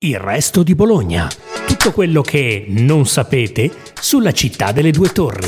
Il resto di Bologna. Tutto quello che non sapete sulla città delle due torri.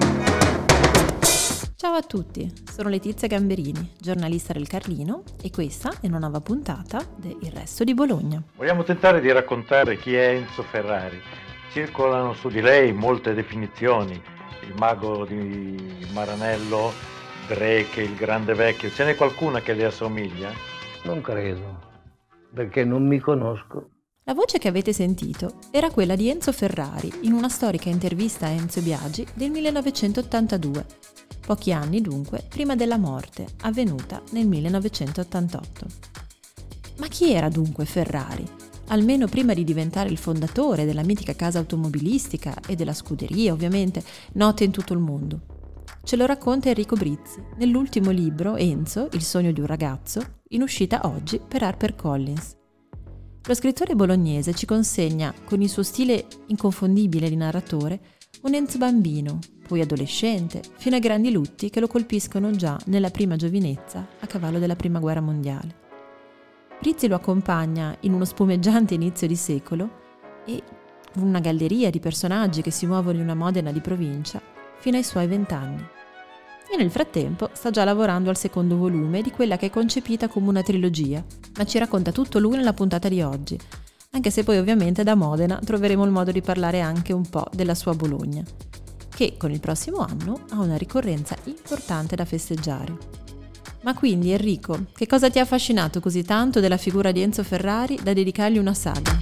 Ciao a tutti, sono Letizia Gamberini, giornalista del Carlino, e questa è una nuova puntata di Il resto di Bologna. Vogliamo tentare di raccontare chi è Enzo Ferrari. Circolano su di lei molte definizioni: il mago di Maranello, Drake, il grande vecchio. Ce n'è qualcuna che le assomiglia? Non credo, perché non mi conosco. La voce che avete sentito era quella di Enzo Ferrari in una storica intervista a Enzo Biagi del 1982, pochi anni dunque prima della morte, avvenuta nel 1988. Ma chi era dunque Ferrari? Almeno prima di diventare il fondatore della mitica casa automobilistica e della scuderia, ovviamente, note in tutto il mondo. Ce lo racconta Enrico Brizzi nell'ultimo libro Enzo, il sogno di un ragazzo, in uscita oggi per HarperCollins. Lo scrittore bolognese ci consegna, con il suo stile inconfondibile di narratore, un Enzo bambino, poi adolescente, fino ai grandi lutti che lo colpiscono già nella prima giovinezza a cavallo della Prima Guerra Mondiale. Brizzi lo accompagna in uno spumeggiante inizio di secolo e una galleria di personaggi che si muovono in una Modena di provincia fino ai suoi 20 anni. E nel frattempo sta già lavorando al secondo volume di quella che è concepita come una trilogia, ma ci racconta tutto lui nella puntata di oggi, anche se poi ovviamente da Modena troveremo il modo di parlare anche un po' della sua Bologna, che con il prossimo anno ha una ricorrenza importante da festeggiare. Ma quindi Enrico, che cosa ti ha affascinato così tanto della figura di Enzo Ferrari da dedicargli una saga?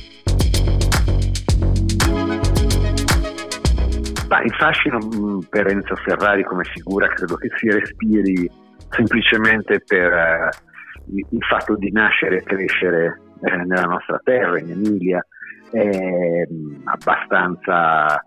Il fascino per Enzo Ferrari come figura credo che si respiri semplicemente per il fatto di nascere e crescere nella nostra terra, in Emilia. È abbastanza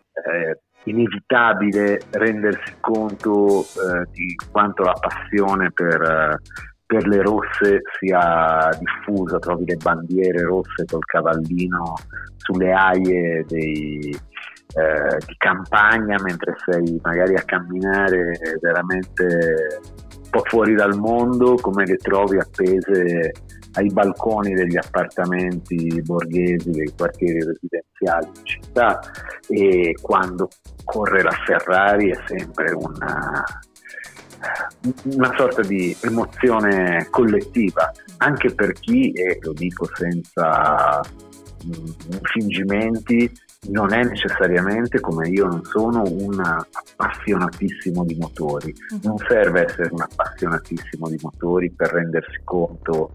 inevitabile rendersi conto di quanto la passione per le rosse sia diffusa. Trovi le bandiere rosse col cavallino sulle aie di campagna, mentre sei magari a camminare veramente un po' fuori dal mondo, come le trovi appese ai balconi degli appartamenti borghesi, dei quartieri residenziali in città. E quando corre la Ferrari è sempre una sorta di emozione collettiva, anche per chi, e lo dico senza infingimenti, non è necessariamente, come io non sono, un appassionatissimo di motori. Non serve essere un appassionatissimo di motori per rendersi conto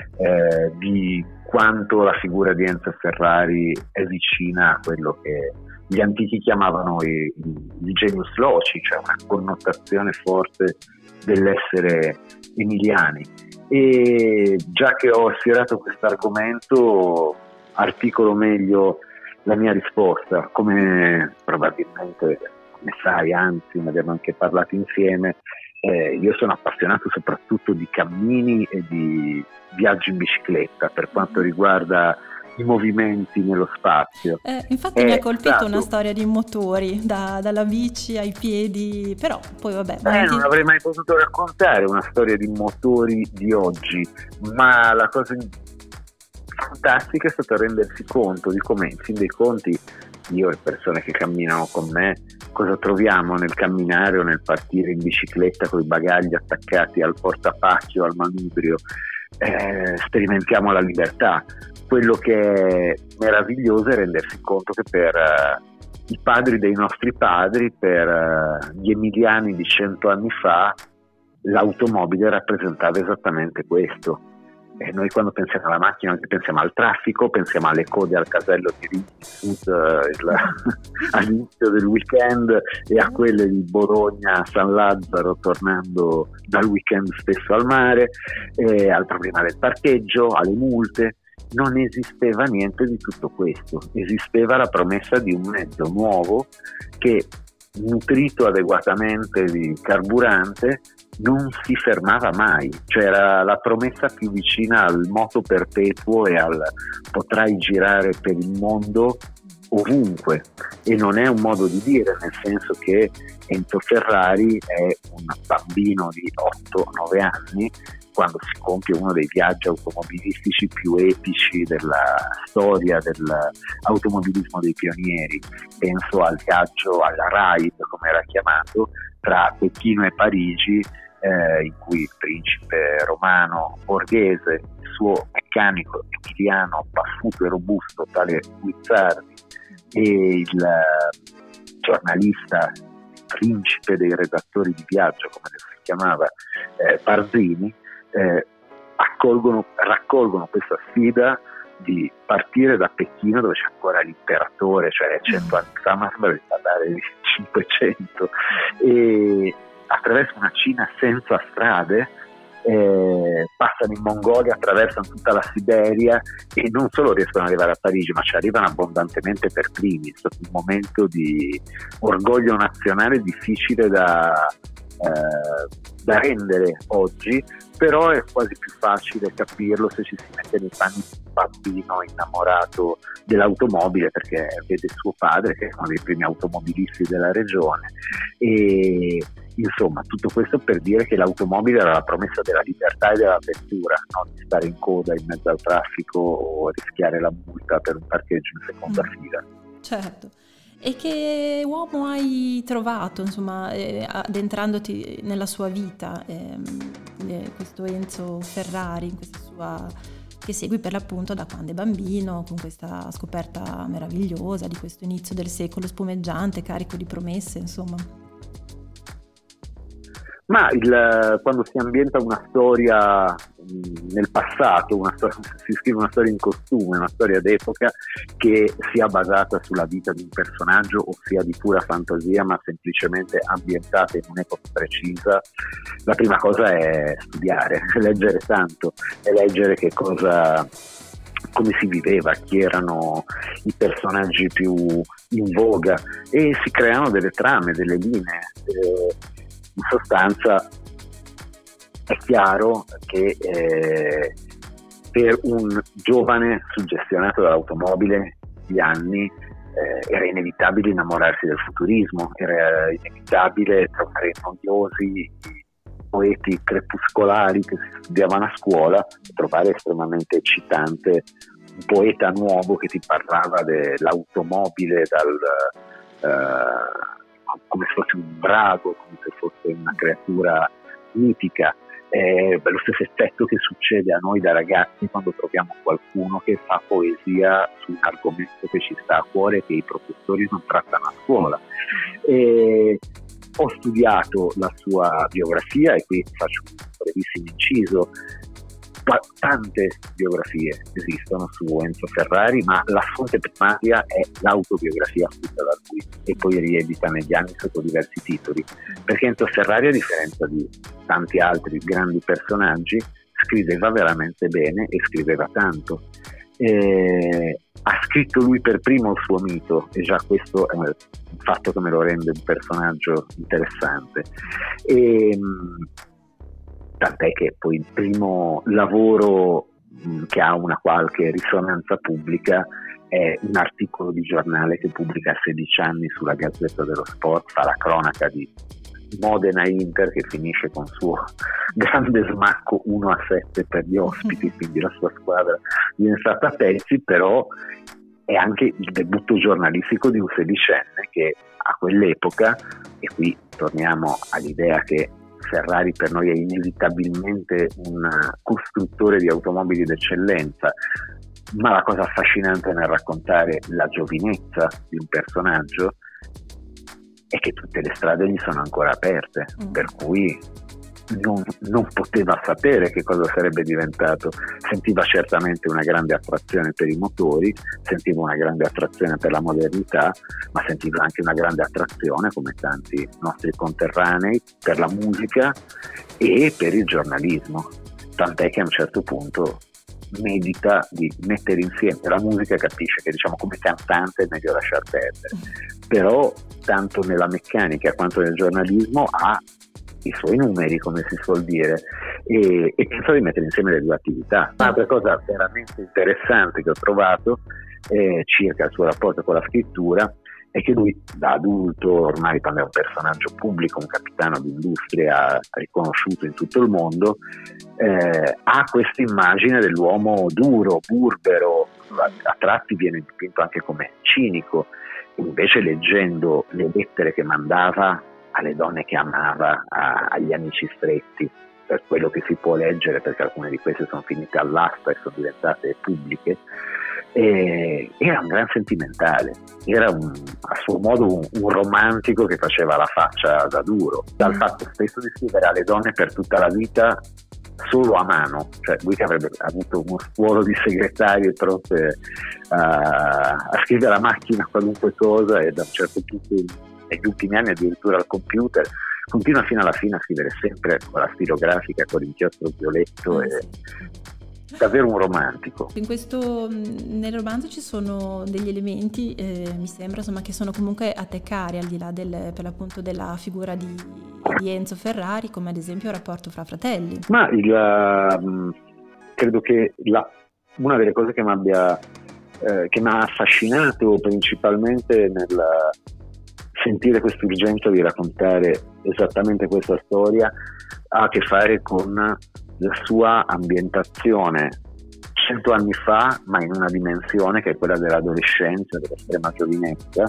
di quanto la figura di Enzo Ferrari è vicina a quello che gli antichi chiamavano il genius loci, cioè una connotazione forte dell'essere emiliani. E già che ho sfiorato questo argomento, articolo meglio la mia risposta. Come probabilmente ne sai, anzi ne abbiamo anche parlato insieme, io sono appassionato soprattutto di cammini e di viaggi in bicicletta per quanto riguarda i movimenti nello spazio. Infatti mi ha colpito una storia di motori, dalla bici ai piedi, però poi vabbè. Non avrei mai potuto raccontare una storia di motori di oggi, ma la cosa fantastica è stato rendersi conto di come, in fin dei conti, io e le persone che camminano con me, cosa troviamo nel camminare o nel partire in bicicletta con i bagagli attaccati al portapacchio, al manubrio. Sperimentiamo la libertà. Quello che è meraviglioso è rendersi conto che per i padri dei nostri padri, per gli emiliani di 100 anni fa, l'automobile rappresentava esattamente questo. E noi quando pensiamo alla macchina pensiamo al traffico, pensiamo alle code al casello di Rimini all'inizio del weekend e a quelle di Bologna a San Lazzaro tornando dal weekend stesso al mare, al problema del parcheggio, alle multe. Non esisteva niente di tutto questo, esisteva la promessa di un mezzo nuovo che, nutrito adeguatamente di carburante, non si fermava mai. C'era la promessa più vicina al moto perpetuo e al potrai girare per il mondo ovunque. E non è un modo di dire, nel senso che Enzo Ferrari è un bambino di 8-9 anni quando si compie uno dei viaggi automobilistici più epici della storia dell'automobilismo dei pionieri. Penso al viaggio, alla Ride, come era chiamato, tra Pechino e Parigi, in cui il principe romano Borghese, il suo meccanico emiliano paffuto e robusto, tale Guizzardi, e il giornalista, principe dei redattori di viaggio, come si chiamava, Barzini, raccolgono questa sfida di partire da Pechino, dove c'è ancora l'imperatore, cioè 100 anni fa, ma sembra di parlare di 500, e attraverso una Cina senza strade, passano in Mongolia, attraversano tutta la Siberia e non solo riescono ad arrivare a Parigi, ma ci arrivano abbondantemente per primi. È stato un momento di orgoglio nazionale difficile da rendere oggi, però è quasi più facile capirlo se ci si mette nei panni di un bambino innamorato dell'automobile, perché vede suo padre che è uno dei primi automobilisti della regione, e insomma tutto questo per dire che l'automobile era la promessa della libertà e dell'avventura, non di stare in coda in mezzo al traffico o rischiare la multa per un parcheggio in seconda fila. Certo. E che uomo hai trovato, insomma, addentrandoti nella sua vita, questo Enzo Ferrari, in questa sua, che segui per l'appunto da quando è bambino, con questa scoperta meravigliosa di questo inizio del secolo spumeggiante, carico di promesse, insomma? Ma quando si ambienta una storia nel passato, si scrive una storia in costume, una storia d'epoca che sia basata sulla vita di un personaggio o sia di pura fantasia, ma semplicemente ambientata in un'epoca precisa, la prima cosa è studiare, leggere tanto e leggere come si viveva, chi erano i personaggi più in voga, e si creano delle trame, delle linee. In sostanza è chiaro che per un giovane suggestionato dall'automobile di anni era inevitabile innamorarsi del futurismo, era inevitabile trovare noiosi poeti crepuscolari che si studiavano a scuola, trovare estremamente eccitante un poeta nuovo che ti parlava dell'automobile come se fosse un drago, come se fosse una creatura mitica. Lo stesso effetto che succede a noi da ragazzi quando troviamo qualcuno che fa poesia su un argomento che ci sta a cuore e che i professori non trattano a scuola. Ho studiato la sua biografia e qui faccio un brevissimo inciso. Tante biografie esistono su Enzo Ferrari, ma la fonte primaria è l'autobiografia scritta da lui e poi riedita negli anni sotto diversi titoli, perché Enzo Ferrari, a differenza di tanti altri grandi personaggi, scriveva veramente bene e scriveva tanto. Ha scritto lui per primo il suo mito, e già questo è un fatto che me lo rende un personaggio interessante. Tant'è che poi il primo lavoro che ha una qualche risonanza pubblica è un articolo di giornale che pubblica a 16 anni sulla Gazzetta dello Sport, fa la cronaca di Modena-Inter, che finisce con suo grande smacco 1-7 per gli ospiti, quindi la sua squadra viene stata a pezzi, però è anche il debutto giornalistico di un sedicenne che a quell'epoca, e qui torniamo all'idea che Ferrari per noi è inevitabilmente un costruttore di automobili d'eccellenza, ma la cosa affascinante nel raccontare la giovinezza di un personaggio è che tutte le strade gli sono ancora aperte, per cui non poteva sapere che cosa sarebbe diventato. Sentiva certamente una grande attrazione per i motori, sentiva una grande attrazione per la modernità, ma sentiva anche una grande attrazione, come tanti nostri conterranei, per la musica e per il giornalismo, tant'è che a un certo punto medita di mettere insieme la musica, capisce che come cantante è meglio lasciar perdere, però tanto nella meccanica quanto nel giornalismo ha i suoi numeri, come si suol dire, e penso di mettere insieme le due attività. Un'altra cosa veramente interessante che ho trovato circa il suo rapporto con la scrittura è che lui da adulto, ormai quando è un personaggio pubblico, un capitano d'industria riconosciuto in tutto il mondo, ha questa immagine dell'uomo duro, burbero, a tratti viene dipinto anche come cinico. Invece leggendo le lettere che mandava alle donne che amava, agli amici stretti, per quello che si può leggere, perché alcune di queste sono finite all'asta e sono diventate pubbliche, era un gran sentimentale, era a suo modo un romantico che faceva la faccia da duro, dal fatto stesso di scrivere alle donne per tutta la vita solo a mano, cioè lui che avrebbe avuto uno stuolo di segretarie pronte a scrivere a macchina qualunque cosa, e da un certo punto negli ultimi anni addirittura al computer continua fino alla fine a scrivere sempre con la stilografica, con l'inchiostro violetto, e davvero un romantico. Nel romanzo ci sono degli elementi, mi sembra, insomma, che sono comunque a te cari, al di là per l'appunto della figura di Enzo Ferrari, come ad esempio il rapporto fra fratelli. Ma credo che una delle cose che mi ha affascinato principalmente nel sentire quest'urgenza di raccontare esattamente questa storia ha a che fare con la sua ambientazione 100 anni fa, ma in una dimensione che è quella dell'adolescenza, dell'estrema giovinezza,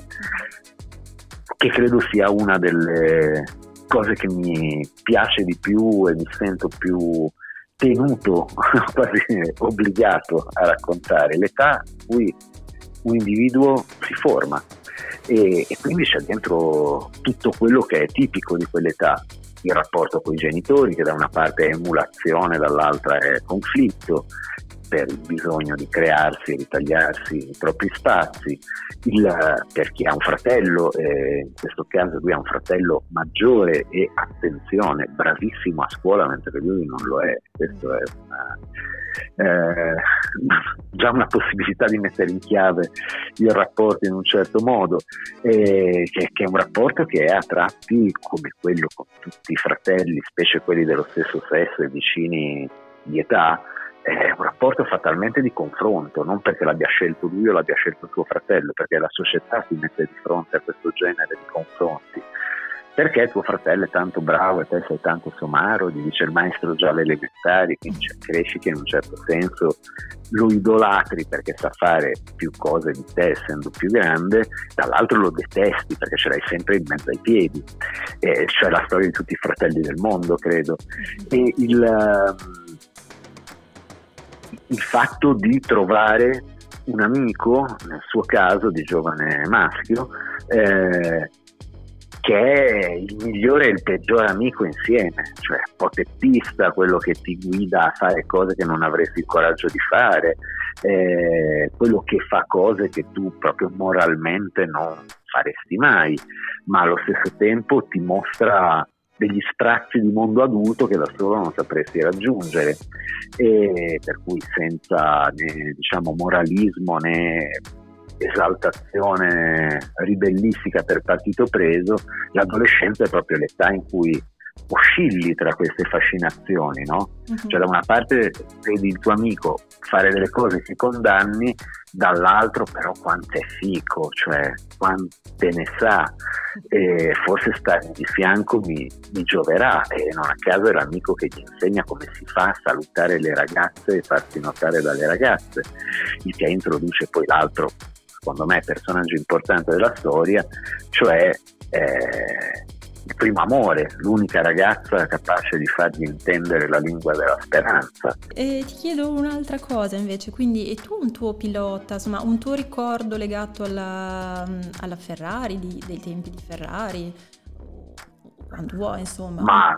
che credo sia una delle cose che mi piace di più e mi sento più tenuto, quasi obbligato a raccontare, l'età in cui un individuo si forma, e quindi c'è dentro tutto quello che è tipico di quell'età: il rapporto con i genitori, che da una parte è emulazione, dall'altra è conflitto per il bisogno di crearsi e ritagliarsi i propri spazi, per chi ha un fratello, in questo caso lui ha un fratello maggiore e, attenzione, bravissimo a scuola mentre lui non lo è. Questo è già una possibilità di mettere in chiave il rapporto in un certo modo, che è un rapporto che è a tratti come quello con tutti i fratelli, specie quelli dello stesso sesso e vicini di età. È un rapporto fatalmente di confronto, non perché l'abbia scelto lui o l'abbia scelto suo fratello, perché la società si mette di fronte a questo genere di confronti. Perché tuo fratello è tanto bravo e te sei tanto somaro, gli dice il maestro già alle elementari, quindi cresci che in un certo senso lo idolatri perché sa fare più cose di te essendo più grande, dall'altro lo detesti perché ce l'hai sempre in mezzo ai piedi. Cioè la storia di tutti i fratelli del mondo, credo. E il fatto di trovare un amico, nel suo caso di giovane maschio, che è il migliore e il peggiore amico insieme, cioè potettista, quello che ti guida a fare cose che non avresti il coraggio di fare, quello che fa cose che tu proprio moralmente non faresti mai, ma allo stesso tempo ti mostra degli sprazzi di mondo adulto che da solo non sapresti raggiungere, e per cui senza né moralismo né esaltazione ribellistica per partito preso, l'adolescenza è proprio l'età in cui oscilli tra queste fascinazioni, no? Uh-huh. Cioè da una parte vedi il tuo amico fare delle cose che condanni, dall'altro però quanto è fico, cioè quante ne sa, e forse stare di fianco mi gioverà, e non a caso è l'amico che ti insegna come si fa a salutare le ragazze e farsi notare dalle ragazze, il che introduce poi l'altro, secondo me, personaggio importante della storia, cioè il primo amore, l'unica ragazza capace di fargli intendere la lingua della speranza. E ti chiedo un'altra cosa invece, quindi e tu un tuo pilota, insomma un tuo ricordo legato alla Ferrari, dei tempi di Ferrari, quando vuoi, insomma? Ma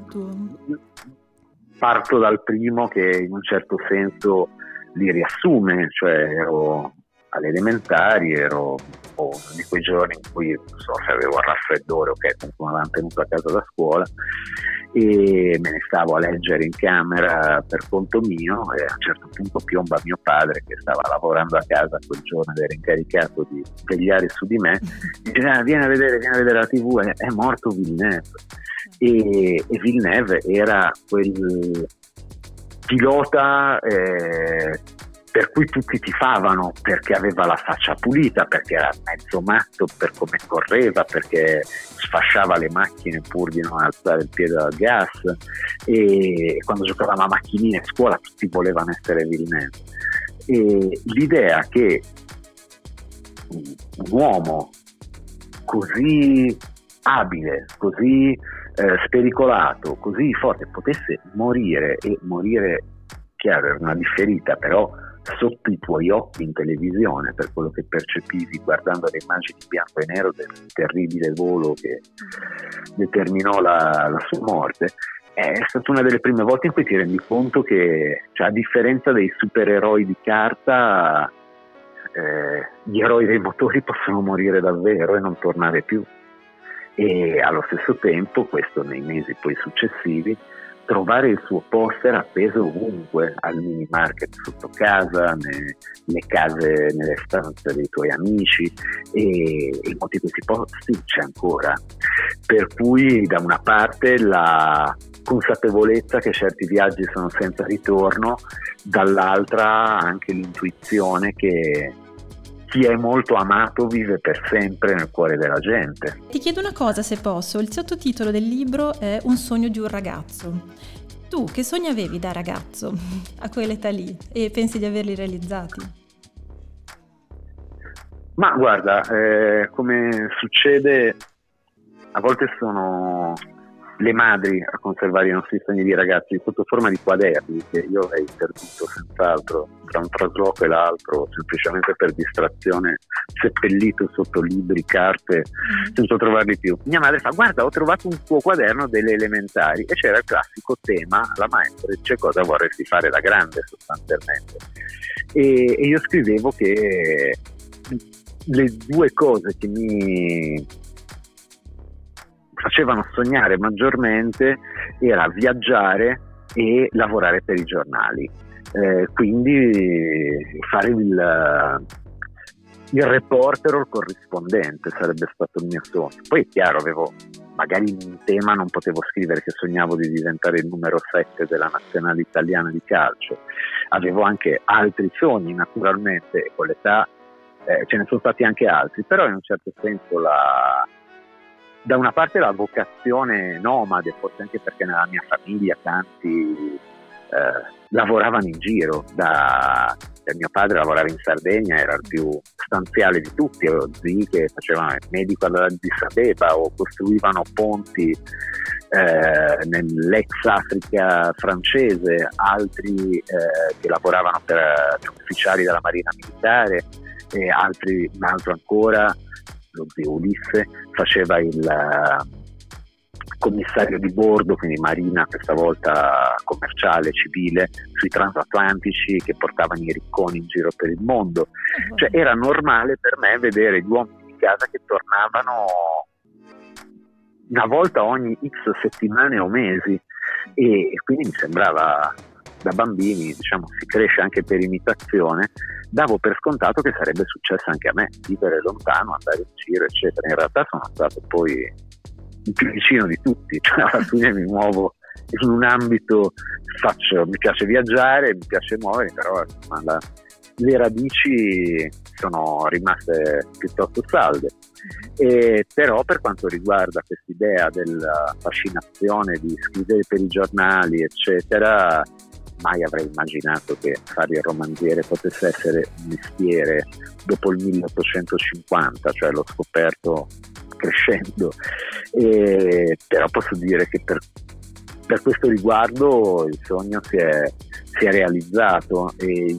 parto dal primo, che in un certo senso li riassume, cioè ero alle elementari, ero uno di quei giorni in cui non so se avevo il raffreddore o che comunque mi avevano tenuto a casa da scuola e me ne stavo a leggere in camera per conto mio, e a un certo punto piomba mio padre, che stava lavorando a casa quel giorno ed era incaricato di vegliare su di me, e dice vieni a vedere la TV, è morto Villeneuve. E Villeneuve era quel pilota per cui tutti tifavano, perché aveva la faccia pulita, perché era mezzo matto, per come correva, perché sfasciava le macchine pur di non alzare il piede dal gas, e quando giocavamo a macchinine a scuola tutti volevano essere Villeneuve. E l'idea che un uomo così abile, così spericolato, così forte potesse morire, e morire, chiaro, era una differita, però sotto i tuoi occhi in televisione, per quello che percepivi guardando le immagini bianco e nero del terribile volo che determinò la sua morte, è stata una delle prime volte in cui ti rendi conto che, cioè, a differenza dei supereroi di carta, gli eroi dei motori possono morire davvero e non tornare più. E allo stesso tempo, questo nei mesi poi successivi, trovare il suo poster appeso ovunque, al mini market sotto casa, nelle case, nelle stanze dei tuoi amici, e in molti di questi posti c'è ancora. Per cui da una parte la consapevolezza che certi viaggi sono senza ritorno, dall'altra anche l'intuizione che chi è molto amato vive per sempre nel cuore della gente. Ti chiedo una cosa, se posso. Il sottotitolo del libro è Un sogno di un ragazzo. Tu che sogni avevi da ragazzo a quell'età lì, e pensi di averli realizzati? Ma guarda, come succede, a volte sono le madri a conservare i nostri sogni di ragazzi sotto forma di quaderni, che io avrei perduto senz'altro tra un trasloco e l'altro, semplicemente per distrazione, seppellito sotto libri, carte, senza trovarli più. Mia madre fa: guarda, ho trovato un tuo quaderno delle elementari, e c'era il classico tema, la maestra dice cosa vorresti fare da grande, sostanzialmente, e io scrivevo che le due cose che mi facevano sognare maggiormente era viaggiare e lavorare per i giornali, quindi fare il reporter o il corrispondente sarebbe stato il mio sogno. Poi è chiaro, avevo magari un tema, non potevo scrivere che sognavo di diventare il numero 7 della nazionale italiana di calcio, avevo anche altri sogni naturalmente, e con l'età ce ne sono stati anche altri, però in un certo senso da una parte la vocazione nomade, forse anche perché nella mia famiglia tanti lavoravano in giro, mio padre lavorava in Sardegna, era il più stanziale di tutti, avevo zii che facevano il medico all'Addis Abeba o costruivano ponti nell'ex Africa francese, altri che lavoravano per ufficiali della Marina Militare, e un altro ancora, lo zio Ulisse, faceva il commissario di bordo, quindi marina, questa volta commerciale, civile, sui transatlantici che portavano i ricconi in giro per il mondo. Cioè era normale per me vedere gli uomini di casa che tornavano una volta ogni X settimane o mesi, e quindi mi sembrava, da bambini, diciamo, si cresce anche per imitazione, davo per scontato che sarebbe successo anche a me, vivere lontano, andare in giro, eccetera. In realtà sono stato poi il più vicino di tutti, cioè alla fine mi muovo in un ambito, mi piace viaggiare, mi piace muovere, però insomma, le radici sono rimaste piuttosto salde. E però per quanto riguarda quest'idea della fascinazione di scrivere per i giornali, eccetera, mai avrei immaginato che fare il romanziere potesse essere un mestiere dopo il 1850, cioè l'ho scoperto crescendo, però posso dire che per questo riguardo il sogno si è realizzato, e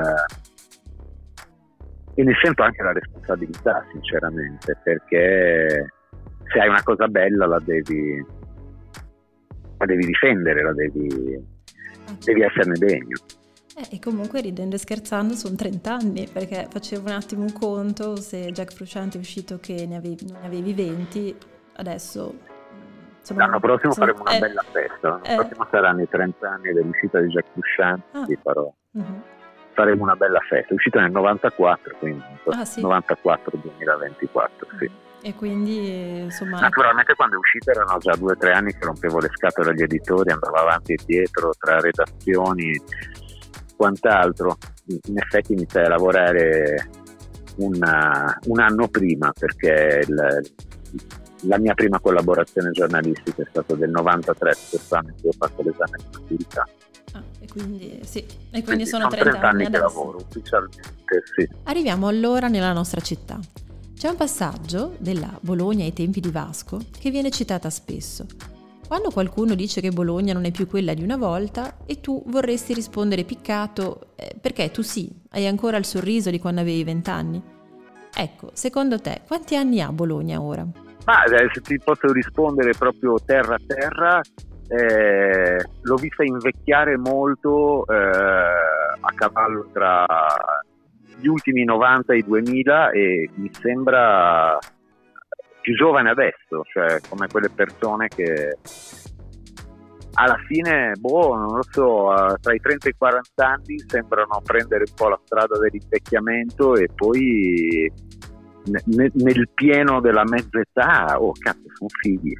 ne sento anche la responsabilità, sinceramente, perché se hai una cosa bella la devi difendere, devi esserne degno. E comunque, ridendo e scherzando, sono 30 anni, perché facevo un attimo un conto, se Jack Frusciante è uscito che non ne avevi 20, adesso insomma, l'anno prossimo faremo una bella festa, l'anno prossimo saranno i 30 anni dell'uscita di Jack Frusciante, faremo una bella festa, è uscito nel 94, quindi sì. 94-2024, sì. E quindi insomma, naturalmente quando è uscita erano già 2 o 3 anni che rompevo le scatole agli editori, andavo avanti e dietro tra redazioni, quant'altro. in effetti iniziai a lavorare un anno prima, perché la mia prima collaborazione giornalistica è stata del 93, stesso anno in cui ho fatto l'esame di maturità. E quindi sono 30 anni che adesso. lavoro ufficialmente, sì. Arriviamo allora nella nostra città. C'è un passaggio della Bologna ai tempi di Vasco che viene citata spesso. Quando qualcuno dice che Bologna non è più quella di una volta e tu vorresti rispondere piccato perché tu sì, hai ancora il sorriso di quando avevi 20 anni. Ecco, secondo te quanti anni ha Bologna ora? Ma se ti posso rispondere proprio terra a terra, l'ho vista invecchiare molto a cavallo tra gli ultimi 90 e i 2000 e mi sembra più giovane adesso, cioè come quelle persone che alla fine, non lo so, tra i 30 e i 40 anni sembrano prendere un po' la strada dell'invecchiamento e poi nel pieno della mezza età, cazzo, sono figli.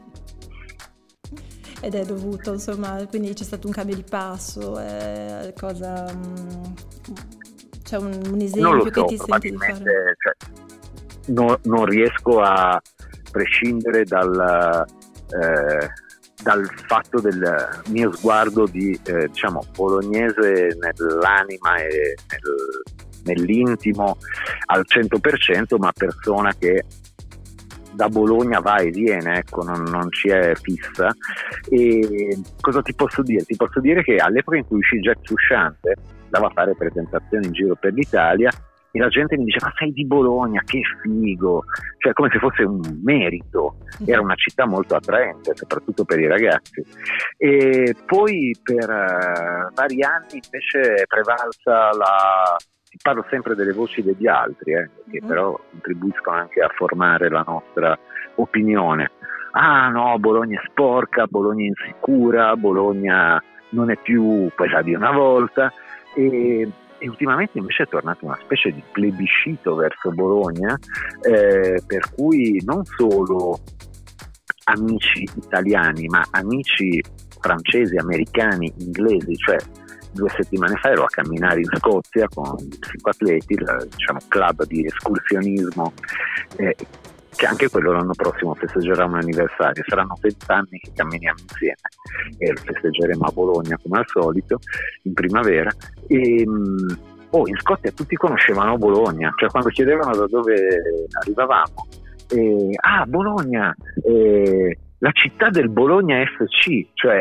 Ed è dovuto, insomma, quindi c'è stato un cambio di passo, c'è un esempio che ti senti di fare? Non riesco a prescindere dal fatto del mio sguardo di bolognese nell'anima e nell'intimo al 100%, ma persona che da Bologna va e viene, ecco, non ci è fissa. E cosa ti posso dire? Ti posso dire che all'epoca in cui uscì Jack Frusciante, andava a fare presentazioni in giro per l'Italia e la gente mi diceva: ma sei di Bologna, che figo, cioè come se fosse un merito. Era una città molto attraente, soprattutto per i ragazzi. E poi per vari anni invece è prevalsa parlo sempre delle voci degli altri, che però contribuiscono anche a formare la nostra opinione. Ah no, Bologna è sporca, Bologna è insicura, Bologna non è più quella di una volta, e ultimamente invece è tornato una specie di plebiscito verso Bologna, per cui non solo amici italiani, ma amici francesi, americani, inglesi, cioè 2 settimane fa ero a camminare in Scozia con gli psicoatleti, il club di escursionismo, che anche quello l'anno prossimo festeggerà un anniversario, saranno 20 anni che camminiamo insieme e lo festeggeremo a Bologna come al solito in primavera. E in Scozia tutti conoscevano Bologna, cioè quando chiedevano da dove arrivavamo, Bologna, la città del Bologna FC, cioè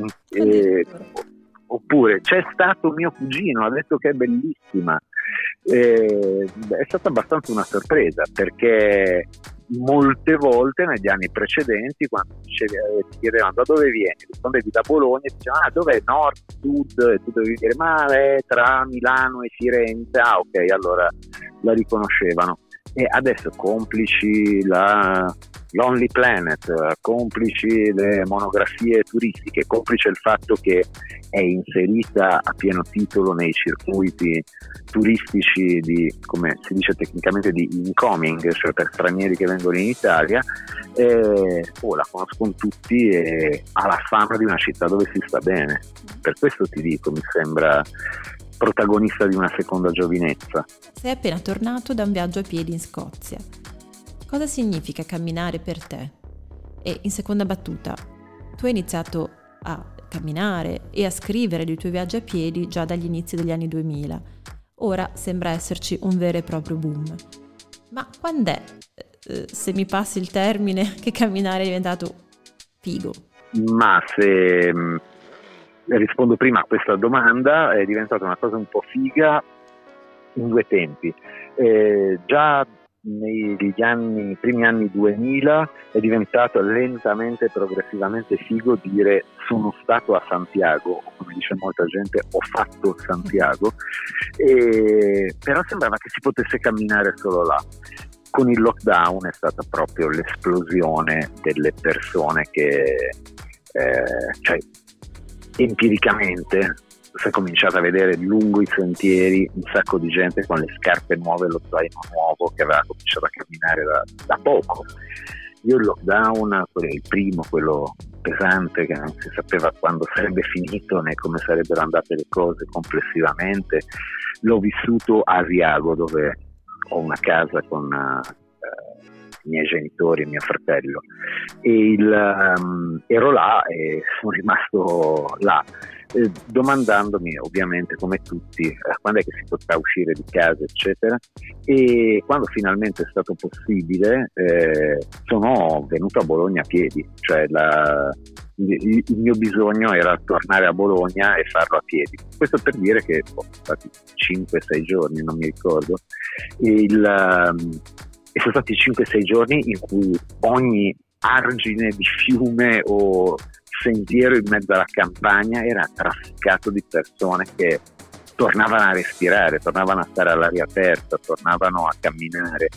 oppure c'è stato mio cugino, ha detto che è bellissima. È stata abbastanza una sorpresa, perché molte volte negli anni precedenti, quando ti chiedevano da dove vieni, rispondevi da Bologna e ti dicevano dov'è, nord, sud, e tu dovevi dire ma è tra Milano e Firenze, ok, allora la riconoscevano. E adesso, complici Lonely Planet, complici le monografie turistiche, complice il fatto che è inserita a pieno titolo nei circuiti turistici di, come si dice tecnicamente, di incoming, cioè per stranieri che vengono in Italia, la conoscono tutti e ha la fama di una città dove si sta bene. Per questo ti dico, mi sembra protagonista di una seconda giovinezza. Sei appena tornato da un viaggio a piedi in Scozia. Cosa significa camminare per te? E in seconda battuta, tu hai iniziato a camminare e a scrivere dei tuoi viaggi a piedi già dagli inizi degli anni 2000. Ora sembra esserci un vero e proprio boom. Ma quand'è, se mi passi il termine, che camminare è diventato figo? Ma se rispondo prima a questa domanda, è diventata una cosa un po' figa in 2 tempi. Già negli primi anni 2000 è diventato lentamente, progressivamente figo dire sono stato a Santiago, o come dice molta gente ho fatto Santiago, però sembrava che si potesse camminare solo là. Con il lockdown è stata proprio l'esplosione delle persone che empiricamente si è cominciato a vedere lungo i sentieri un sacco di gente con le scarpe nuove e lo zaino nuovo, che aveva cominciato a camminare da poco. Io il lockdown, il primo, quello pesante, che non si sapeva quando sarebbe finito né come sarebbero andate le cose complessivamente, l'ho vissuto a Asiago, dove ho una casa con i miei genitori e mio fratello, e ero là e sono rimasto là, domandandomi ovviamente come tutti quando è che si potrà uscire di casa eccetera, e quando finalmente è stato possibile sono venuto a Bologna a piedi, cioè il mio bisogno era tornare a Bologna e farlo a piedi. Questo per dire che sono stati 5-6 giorni, non mi ricordo, e sono stati 5-6 giorni in cui ogni argine di fiume o sentiero in mezzo alla campagna era trafficato di persone che tornavano a respirare, tornavano a stare all'aria aperta, tornavano a camminare,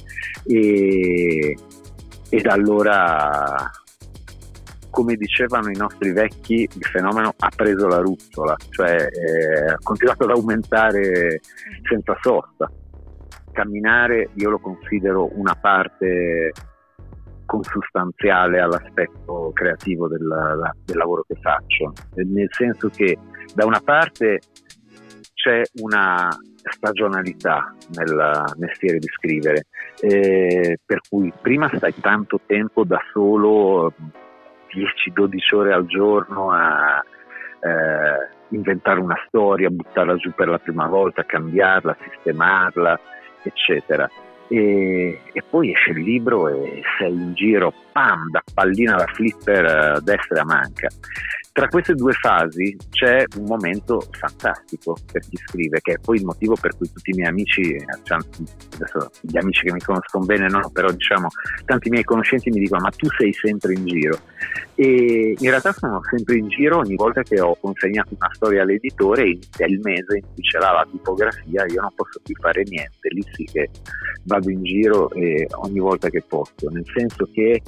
e da allora, come dicevano i nostri vecchi, il fenomeno ha preso la russola, cioè ha continuato ad aumentare senza sosta. Camminare io lo considero una parte consustanziale all'aspetto creativo del lavoro che faccio, nel senso che da una parte c'è una stagionalità nel mestiere di scrivere, per cui prima stai tanto tempo da solo, 10-12 ore al giorno a inventare una storia, buttarla giù per la prima volta, cambiarla, sistemarla, eccetera. E poi esce il libro e sei in giro, pam, da pallina da flipper a destra e a manca. Tra queste due fasi c'è un momento fantastico per chi scrive, che è poi il motivo per cui tutti i miei amici, adesso gli amici che mi conoscono bene no, però diciamo tanti miei conoscenti mi dicono: ma tu sei sempre in giro. E in realtà sono sempre in giro ogni volta che ho consegnato una storia all'editore, inizia il mese in cui ce l'ha la tipografia, io non posso più fare niente, lì sì che vado in giro ogni volta che posso, nel senso che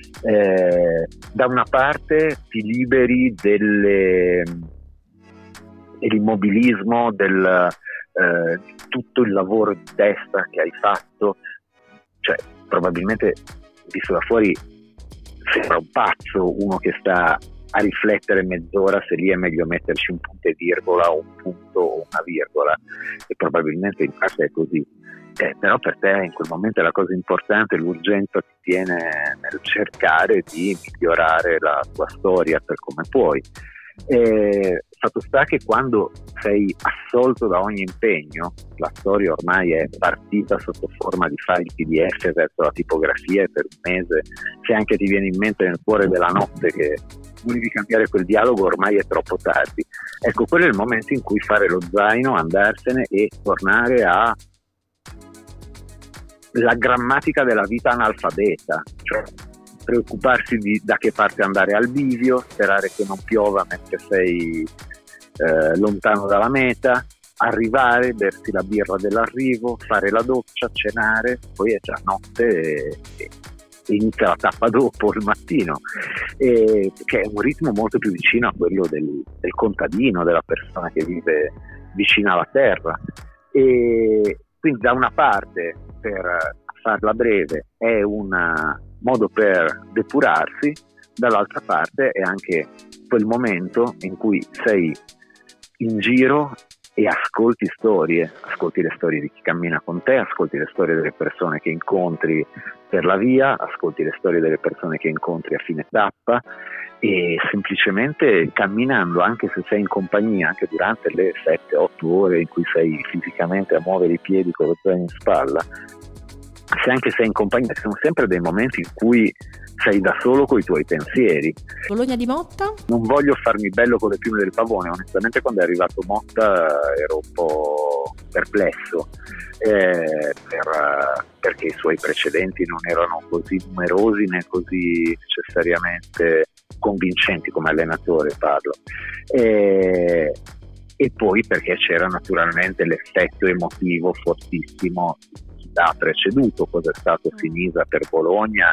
da una parte ti liberi dell'immobilismo, tutto il lavoro di testa che hai fatto, cioè probabilmente visto da fuori sembra un pazzo uno che sta a riflettere mezz'ora se lì è meglio metterci un punto e virgola o un punto o una virgola, e probabilmente in parte è così. Però per te in quel momento la cosa importante, l'urgenza ti tiene nel cercare di migliorare la tua storia per come puoi. Fatto sta che quando sei assolto da ogni impegno, la storia ormai è partita sotto forma di file PDF verso la tipografia, e per un mese, se anche ti viene in mente nel cuore della notte che volevi cambiare quel dialogo, ormai è troppo tardi. Ecco, quello è il momento in cui fare lo zaino, andarsene e tornare a la grammatica della vita analfabeta, cioè preoccuparsi di da che parte andare al bivio, sperare che non piova mentre sei lontano dalla meta, arrivare, bersi la birra dell'arrivo, fare la doccia, cenare, poi è già notte e inizia la tappa dopo il mattino, che è un ritmo molto più vicino a quello del contadino, della persona che vive vicino alla terra. E quindi da una parte, per farla breve, è un modo per depurarsi, dall'altra parte è anche quel momento in cui sei in giro e ascolti le storie di chi cammina con te, ascolti le storie delle persone che incontri per la via, ascolti le storie delle persone che incontri a fine tappa, e semplicemente camminando, anche se sei in compagnia, anche durante le 7-8 ore in cui sei fisicamente a muovere i piedi con lo zaino in spalla, se anche sei in compagnia, ci sono sempre dei momenti in cui sei da solo con i tuoi pensieri. Bologna di Motta? Non voglio farmi bello con le piume del pavone, onestamente quando è arrivato Motta ero un po' perplesso, perché i suoi precedenti non erano così numerosi né così necessariamente convincenti come allenatore, parlo. E poi perché c'era naturalmente l'effetto emotivo fortissimo chi ha preceduto, cosa è stato Sinisa per Bologna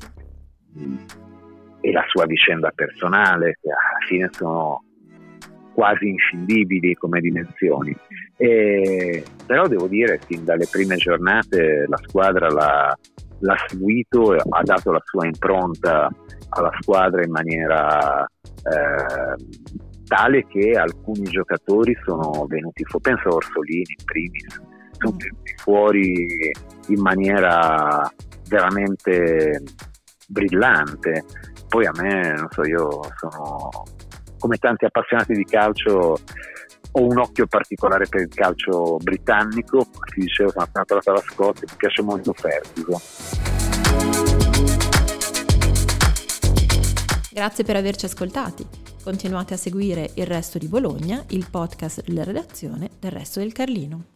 e la sua vicenda personale, che alla fine sono quasi inscindibili come dimensioni. Però devo dire, fin dalle prime giornate la squadra l'ha seguito, ha dato la sua impronta alla squadra in maniera tale che alcuni giocatori sono venuti fuori, penso a Orsolini in primis, sono venuti fuori in maniera veramente brillante. Poi a me, non so, io sono, come tanti appassionati di calcio, ho un occhio particolare per il calcio britannico, come ti dicevo, sono appena tornato alla Scozia, mi piace molto Ferguson. Grazie per averci ascoltati. Continuate a seguire Il Resto di Bologna, il podcast della redazione del Resto del Carlino.